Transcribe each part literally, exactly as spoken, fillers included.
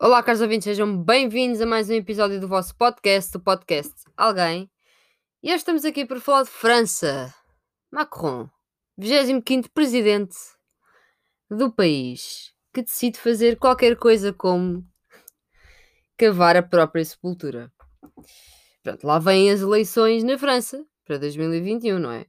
Olá, caros ouvintes, sejam bem-vindos a mais um episódio do vosso podcast, o podcast Alguém. E hoje estamos aqui para falar de França. Macron, vigésimo quinto presidente do país, que decide fazer qualquer coisa como cavar a própria sepultura. Pronto, lá vêm as eleições na França para dois mil e vinte e um, não é?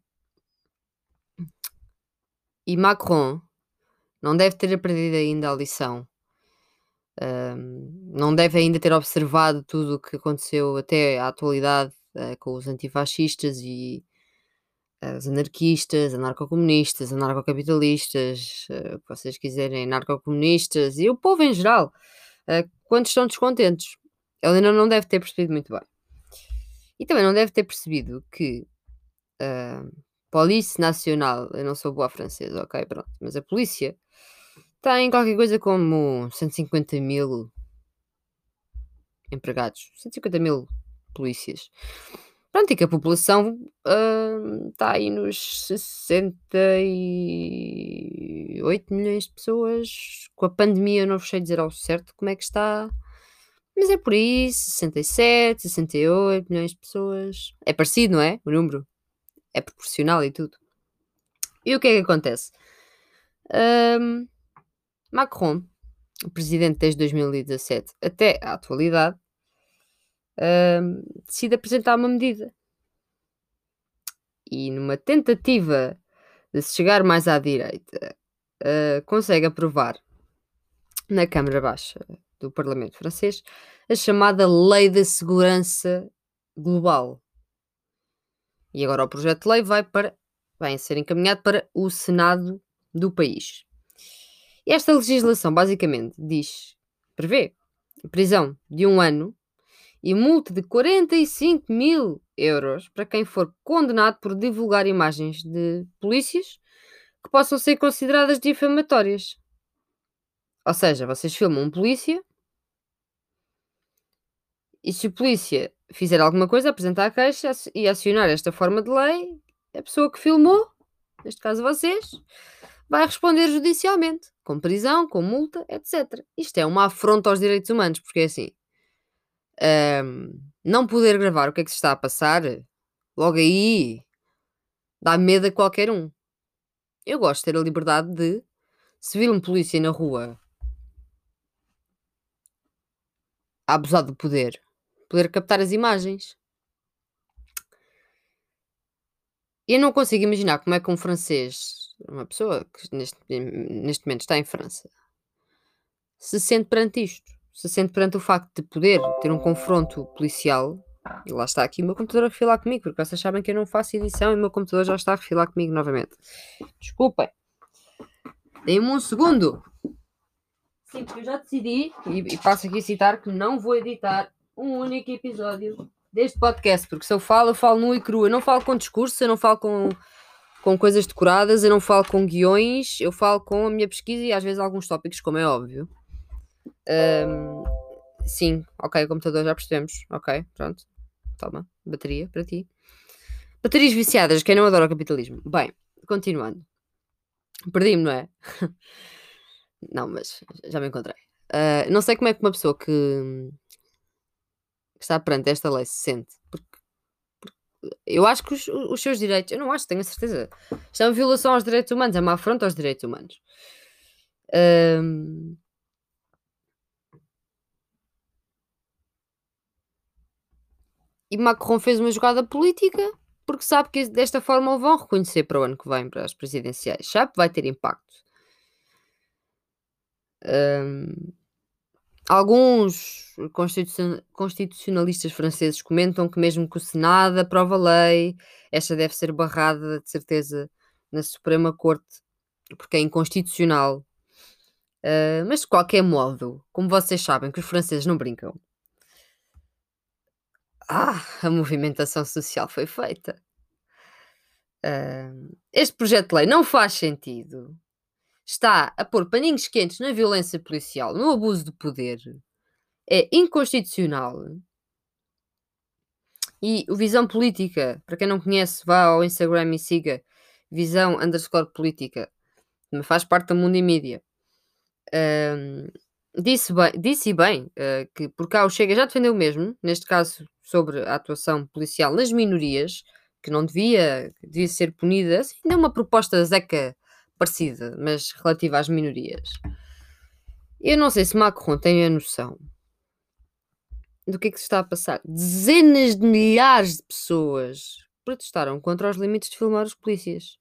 E Macron não deve ter aprendido ainda a lição. Um, não deve ainda ter observado tudo o que aconteceu até à atualidade uh, com os antifascistas e uh, os anarquistas, anarcocomunistas, anarcocapitalistas, uh, o que vocês quiserem, anarcocomunistas e o povo em geral, uh, quando estão descontentes. Ele ainda não deve ter percebido muito bem. E também não deve ter percebido que a uh, Police Nacional, eu não sou boa francesa, ok, pronto, mas a polícia tem qualquer coisa como cento e cinquenta mil empregados, cento e cinquenta mil polícias. Pronto, e que a população está aí nos sessenta e oito milhões de pessoas. Com a pandemia eu não vos sei dizer ao certo como é que está, mas é por aí, sessenta e sete, sessenta e oito milhões de pessoas. É parecido, não é? O número é proporcional e tudo. E o que é que acontece? Um, Macron, o presidente desde dois mil e dezassete até à atualidade, um, decide apresentar uma medida. E numa tentativa de se chegar mais à direita, uh, consegue aprovar na Câmara Baixa do Parlamento francês a chamada Lei da Segurança Global. E agora o projeto de lei vai, para, vai ser encaminhado para o Senado do país. E esta legislação basicamente diz, prevê prisão de um ano e multa de quarenta e cinco mil euros para quem for condenado por divulgar imagens de polícias que possam ser consideradas difamatórias. Ou seja, vocês filmam um polícia e se o polícia fizer alguma coisa, apresentar a queixa e acionar esta forma de lei, a pessoa que filmou, neste caso vocês, vai responder judicialmente, com prisão, com multa, etcétera. Isto é uma afronta aos direitos humanos, porque é assim, um, não poder gravar o que é que se está a passar, logo aí, dá medo a qualquer um. Eu gosto de ter a liberdade de, se vir um polícia na rua a abusar do poder, poder captar as imagens. E eu não consigo imaginar como é que um francês, uma pessoa que neste, neste momento está em França, se sente perante isto. Se sente perante o facto de poder ter um confronto policial. E lá está aqui o meu computador a refilar comigo, porque vocês sabem que eu não faço edição e o meu computador já está a refilar comigo novamente. Desculpem. Deem-me um segundo. Sim, porque eu já decidi, e, e passo aqui a citar, que não vou editar um único episódio deste podcast, porque se eu falo, eu falo nu e cru. Eu não falo com discurso, eu não falo com, com coisas decoradas, eu não falo com guiões, eu falo com a minha pesquisa e às vezes alguns tópicos, como é óbvio. Um, sim, ok, o computador já percebemos. Ok, pronto. Toma, bateria para ti. Baterias viciadas, quem não adora o capitalismo. Bem, continuando. Perdi-me, não é? Não, mas já me encontrei. Uh, não sei como é que uma pessoa que, que está perante esta lei se sente. Porque, porque eu acho que os, os seus direitos... Eu não acho, tenho a certeza. Isto é uma violação aos direitos humanos. É uma afronta aos direitos humanos. Um, e Macron fez uma jogada política porque sabe que desta forma o vão reconhecer para o ano que vem, para as presidenciais. Sabe que vai ter impacto. Um, alguns constitucion- constitucionalistas franceses comentam que mesmo que o Senado aprove a lei, esta deve ser barrada de certeza na Suprema Corte, porque é inconstitucional. Uh, mas de qualquer modo, como vocês sabem que os franceses não brincam, ah, a movimentação social foi feita. Uh, este projeto de lei não faz sentido. Está a pôr paninhos quentes na violência policial, no abuso de poder. É inconstitucional. E o Visão Política, para quem não conhece, vá ao Instagram e siga Visão underscore Política. Faz parte da Mundo e Mídia. Um, Disse bem disse e bem, eh, que por cá o Chega já defendeu mesmo, neste caso sobre a atuação policial nas minorias, que não devia que devia ser punida, assim, deu uma proposta zeca parecida, mas relativa às minorias. Eu não sei se Macron tem a noção do que é que se está a passar. Dezenas de milhares de pessoas protestaram contra os limites de filmar os polícias.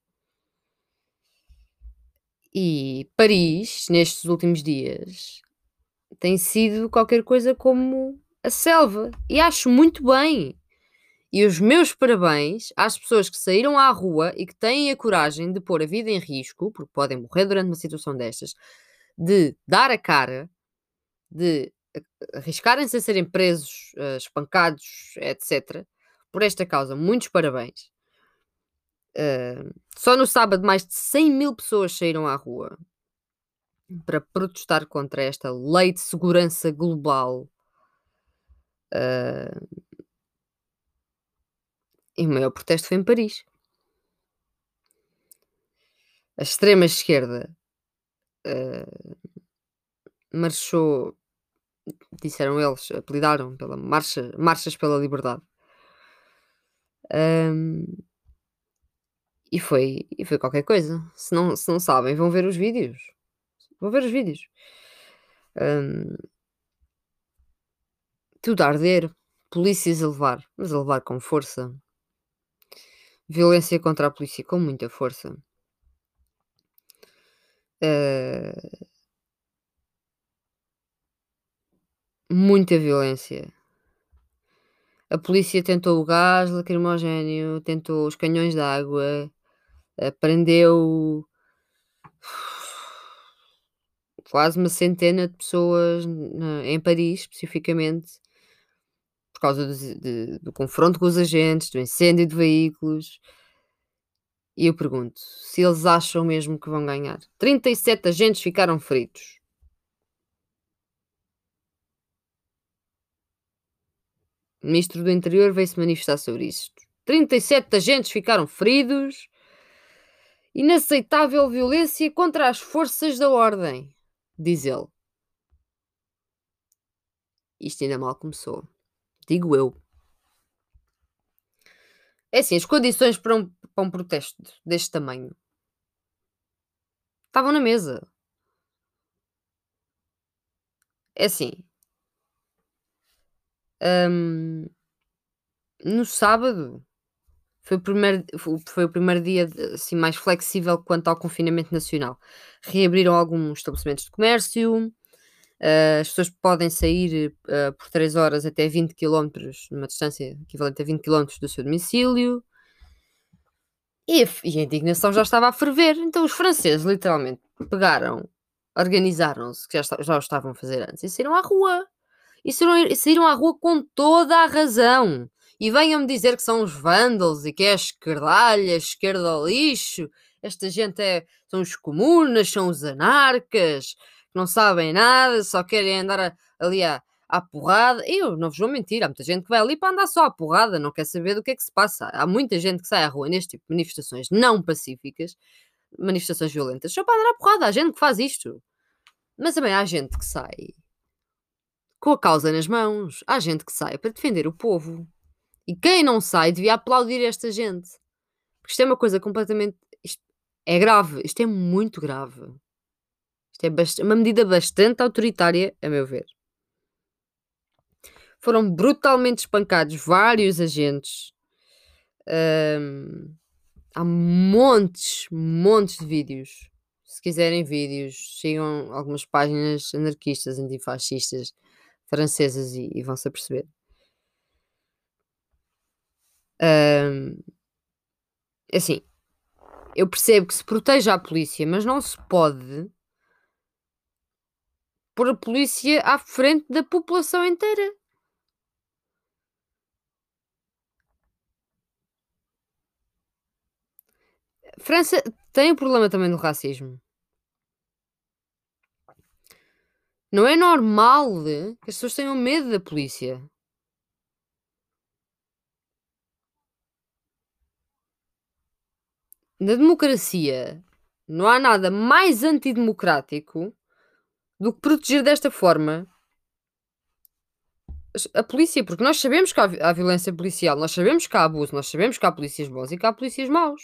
E Paris, nestes últimos dias, tem sido qualquer coisa como a selva. E acho muito bem. E os meus parabéns às pessoas que saíram à rua e que têm a coragem de pôr a vida em risco, porque podem morrer durante uma situação destas, de dar a cara, de a- arriscarem-se a serem presos, eh, espancados, etcétera, por esta causa. Muitos parabéns. Eh, só no sábado mais de cem mil pessoas saíram à rua para protestar contra esta lei de segurança global. eh, e o maior protesto foi em Paris. A extrema-esquerda eh, marchou, disseram eles, apelidaram pela marcha, Marchas pela Liberdade. Ahm, e, foi, e foi qualquer coisa. Se não, se não sabem, vão ver os vídeos. Vão ver os vídeos. Ahm, tudo a arder, polícias a levar, mas a levar com força. Violência contra a polícia com muita força. Ah, muita violência. A polícia tentou o gás lacrimogéneo, tentou os canhões de água, ah, prendeu quase uma centena de pessoas na- em Paris, especificamente, por causa dos- de- do confronto com os agentes, do incêndio de veículos. E eu pergunto, se eles acham mesmo que vão ganhar? trinta e sete agentes ficaram feridos. O ministro do Interior veio-se manifestar sobre isto. trinta e sete agentes ficaram feridos. Inaceitável violência contra as forças da ordem, diz ele. Isto ainda mal começou. Digo eu. É assim, as condições para um, para um protesto deste tamanho estavam na mesa. É assim, hum, no sábado foi o primeiro, fo- foi o primeiro dia de- assim, mais flexível quanto ao confinamento nacional. Reabriram alguns estabelecimentos de comércio, eh, as pessoas podem sair eh, por três horas até vinte quilómetros, numa distância equivalente a vinte quilómetros do seu domicílio. E a, f- e a indignação já estava a ferver. Então os franceses literalmente pegaram, organizaram-se, que já, esta- já o estavam a fazer antes, e saíram à rua. E saíram, e saíram à rua com toda a razão. E venham-me dizer que são os vândalos e que é a esquerdalha, a esquerda ao lixo. Esta gente é, são os comunas, são os anarcas, que não sabem nada, só querem andar a- ali à, à porrada. Eu não vos vou mentir, há muita gente que vai ali para andar só à porrada, não quer saber do que é que se passa. Há muita gente que sai à rua neste tipo de manifestações não pacíficas, manifestações violentas, só para andar à porrada. Há gente que faz isto. Mas também há gente que sai com a causa nas mãos. Há gente que sai para defender o povo. E quem não sai devia aplaudir esta gente. Porque isto é uma coisa completamente. Isto é grave. Isto é muito grave. Isto é bast- uma medida bastante autoritária, a meu ver. Foram brutalmente espancados vários agentes. Ahm, há montes, montes de vídeos. Se quiserem vídeos, sigam algumas páginas anarquistas, antifascistas, francesas e, e vão-se a perceber. Ahm, assim, eu percebo que se proteja a polícia, mas não se pode pôr a polícia à frente da população inteira. A França tem o problema também do racismo. Não é normal que as pessoas tenham medo da polícia. Na democracia, não há nada mais antidemocrático do que proteger desta forma a polícia, porque nós sabemos que há, há violência policial, nós sabemos que há abuso, nós sabemos que há polícias bons e que há polícias maus.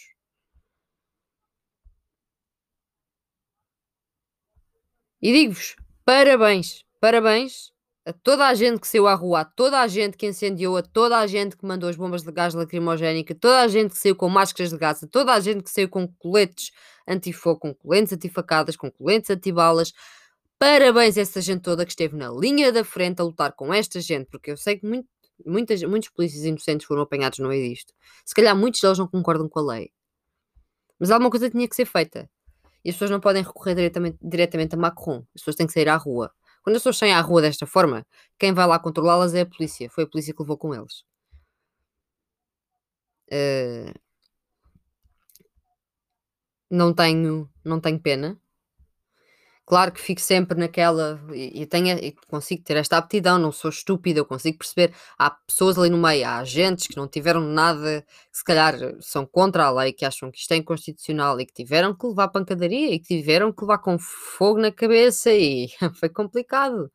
E digo-vos, parabéns, parabéns a toda a gente que saiu à rua, a toda a gente que incendiou, a toda a gente que mandou as bombas de gás lacrimogénica, toda a gente que saiu com máscaras de gás, a toda a gente que saiu com coletes antifogo, com coletes antifacadas, com coletes antibalas. Parabéns a essa gente toda que esteve na linha da frente a lutar com esta gente, porque eu sei que muito, muitas, muitos polícias inocentes foram apanhados no meio disto. Se calhar muitos deles não concordam com a lei. Mas alguma coisa tinha que ser feita. E as pessoas não podem recorrer diretamente, diretamente a Macron. As pessoas têm que sair à rua. Quando as pessoas saem à rua desta forma, quem vai lá controlá-las é a polícia. Foi a polícia que levou com eles. Uh, não tenho, não tenho pena. Claro que fico sempre naquela, e, e, tenho, e consigo ter esta aptidão, não sou estúpida, eu consigo perceber. Há pessoas ali no meio, há agentes que não tiveram nada, que se calhar são contra a lei, que acham que isto é inconstitucional e que tiveram que levar pancadaria e que tiveram que levar com fogo na cabeça e foi complicado.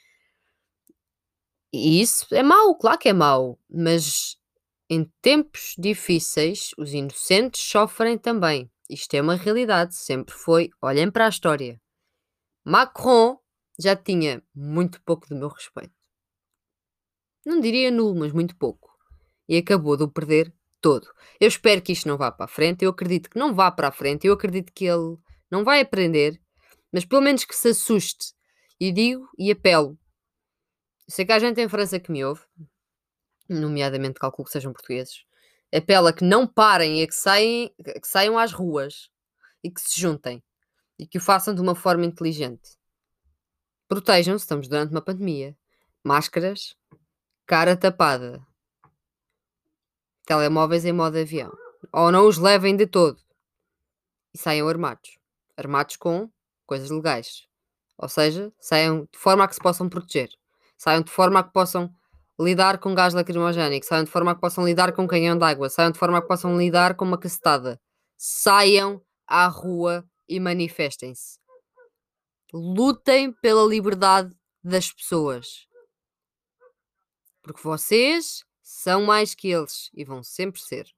E isso é mau, claro que é mau, mas em tempos difíceis os inocentes sofrem também. Isto é uma realidade, sempre foi. Olhem para a história. Macron já tinha muito pouco do meu respeito. Não diria nulo, mas muito pouco. E acabou de o perder todo. Eu espero que isto não vá para a frente. Eu acredito que não vá para a frente. Eu acredito que ele não vai aprender, mas pelo menos que se assuste. E digo e apelo. Sei que há gente em França que me ouve, nomeadamente calculo que sejam portugueses. Apela que não parem e que saiam, que saiam às ruas e que se juntem. E que o façam de uma forma inteligente. Protejam-se, estamos durante uma pandemia. Máscaras, cara tapada, telemóveis em modo avião. Ou não os levem de todo. E saiam armados. Armados com coisas legais. Ou seja, saiam de forma a que se possam proteger. Saiam de forma a que possam lidar com gás lacrimogénico. Saiam de forma a que possam lidar com canhão de água. Saiam de forma a que possam lidar com uma cacetada. Saiam à rua e manifestem-se. Lutem pela liberdade das pessoas. Porque vocês são mais que eles e vão sempre ser.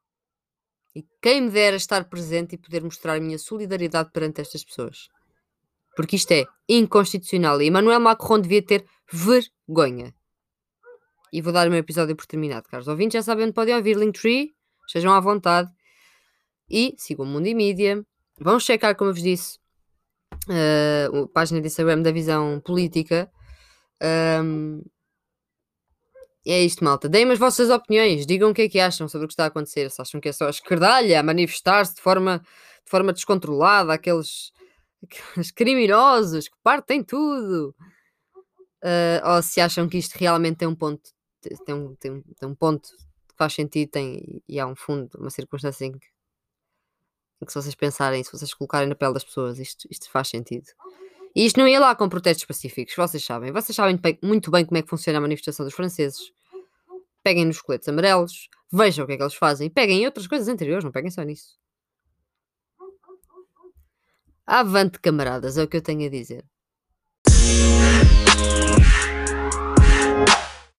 E quem me dera estar presente e poder mostrar a minha solidariedade perante estas pessoas. Porque isto é inconstitucional e Emmanuel Macron devia ter vergonha. E vou dar o meu episódio por terminado, caros ouvintes. Já sabem onde podem ouvir Linktree. Estejam à vontade. E sigam o Mundo e Mídia. Vão checar, como eu vos disse, uh, a página de Instagram da Visão Política. Um, é isto, malta. Deem as vossas opiniões. Digam o que é que acham sobre o que está a acontecer. Se acham que é só a esquerdalha a manifestar-se de forma, de forma descontrolada, aqueles, aqueles criminosos que partem tudo. Uh, ou se acham que isto realmente tem um ponto, tem um, tem um, tem um ponto que faz sentido tem, e há um fundo, uma circunstância em que, em que se vocês pensarem, se vocês colocarem na pele das pessoas, isto, isto faz sentido. E isto não ia lá com protestos pacíficos, vocês sabem. Vocês sabem muito bem como é que funciona a manifestação dos franceses. Peguem nos coletes amarelos, vejam o que é que eles fazem, peguem em outras coisas anteriores, não peguem só nisso. Avante, camaradas, é o que eu tenho a dizer.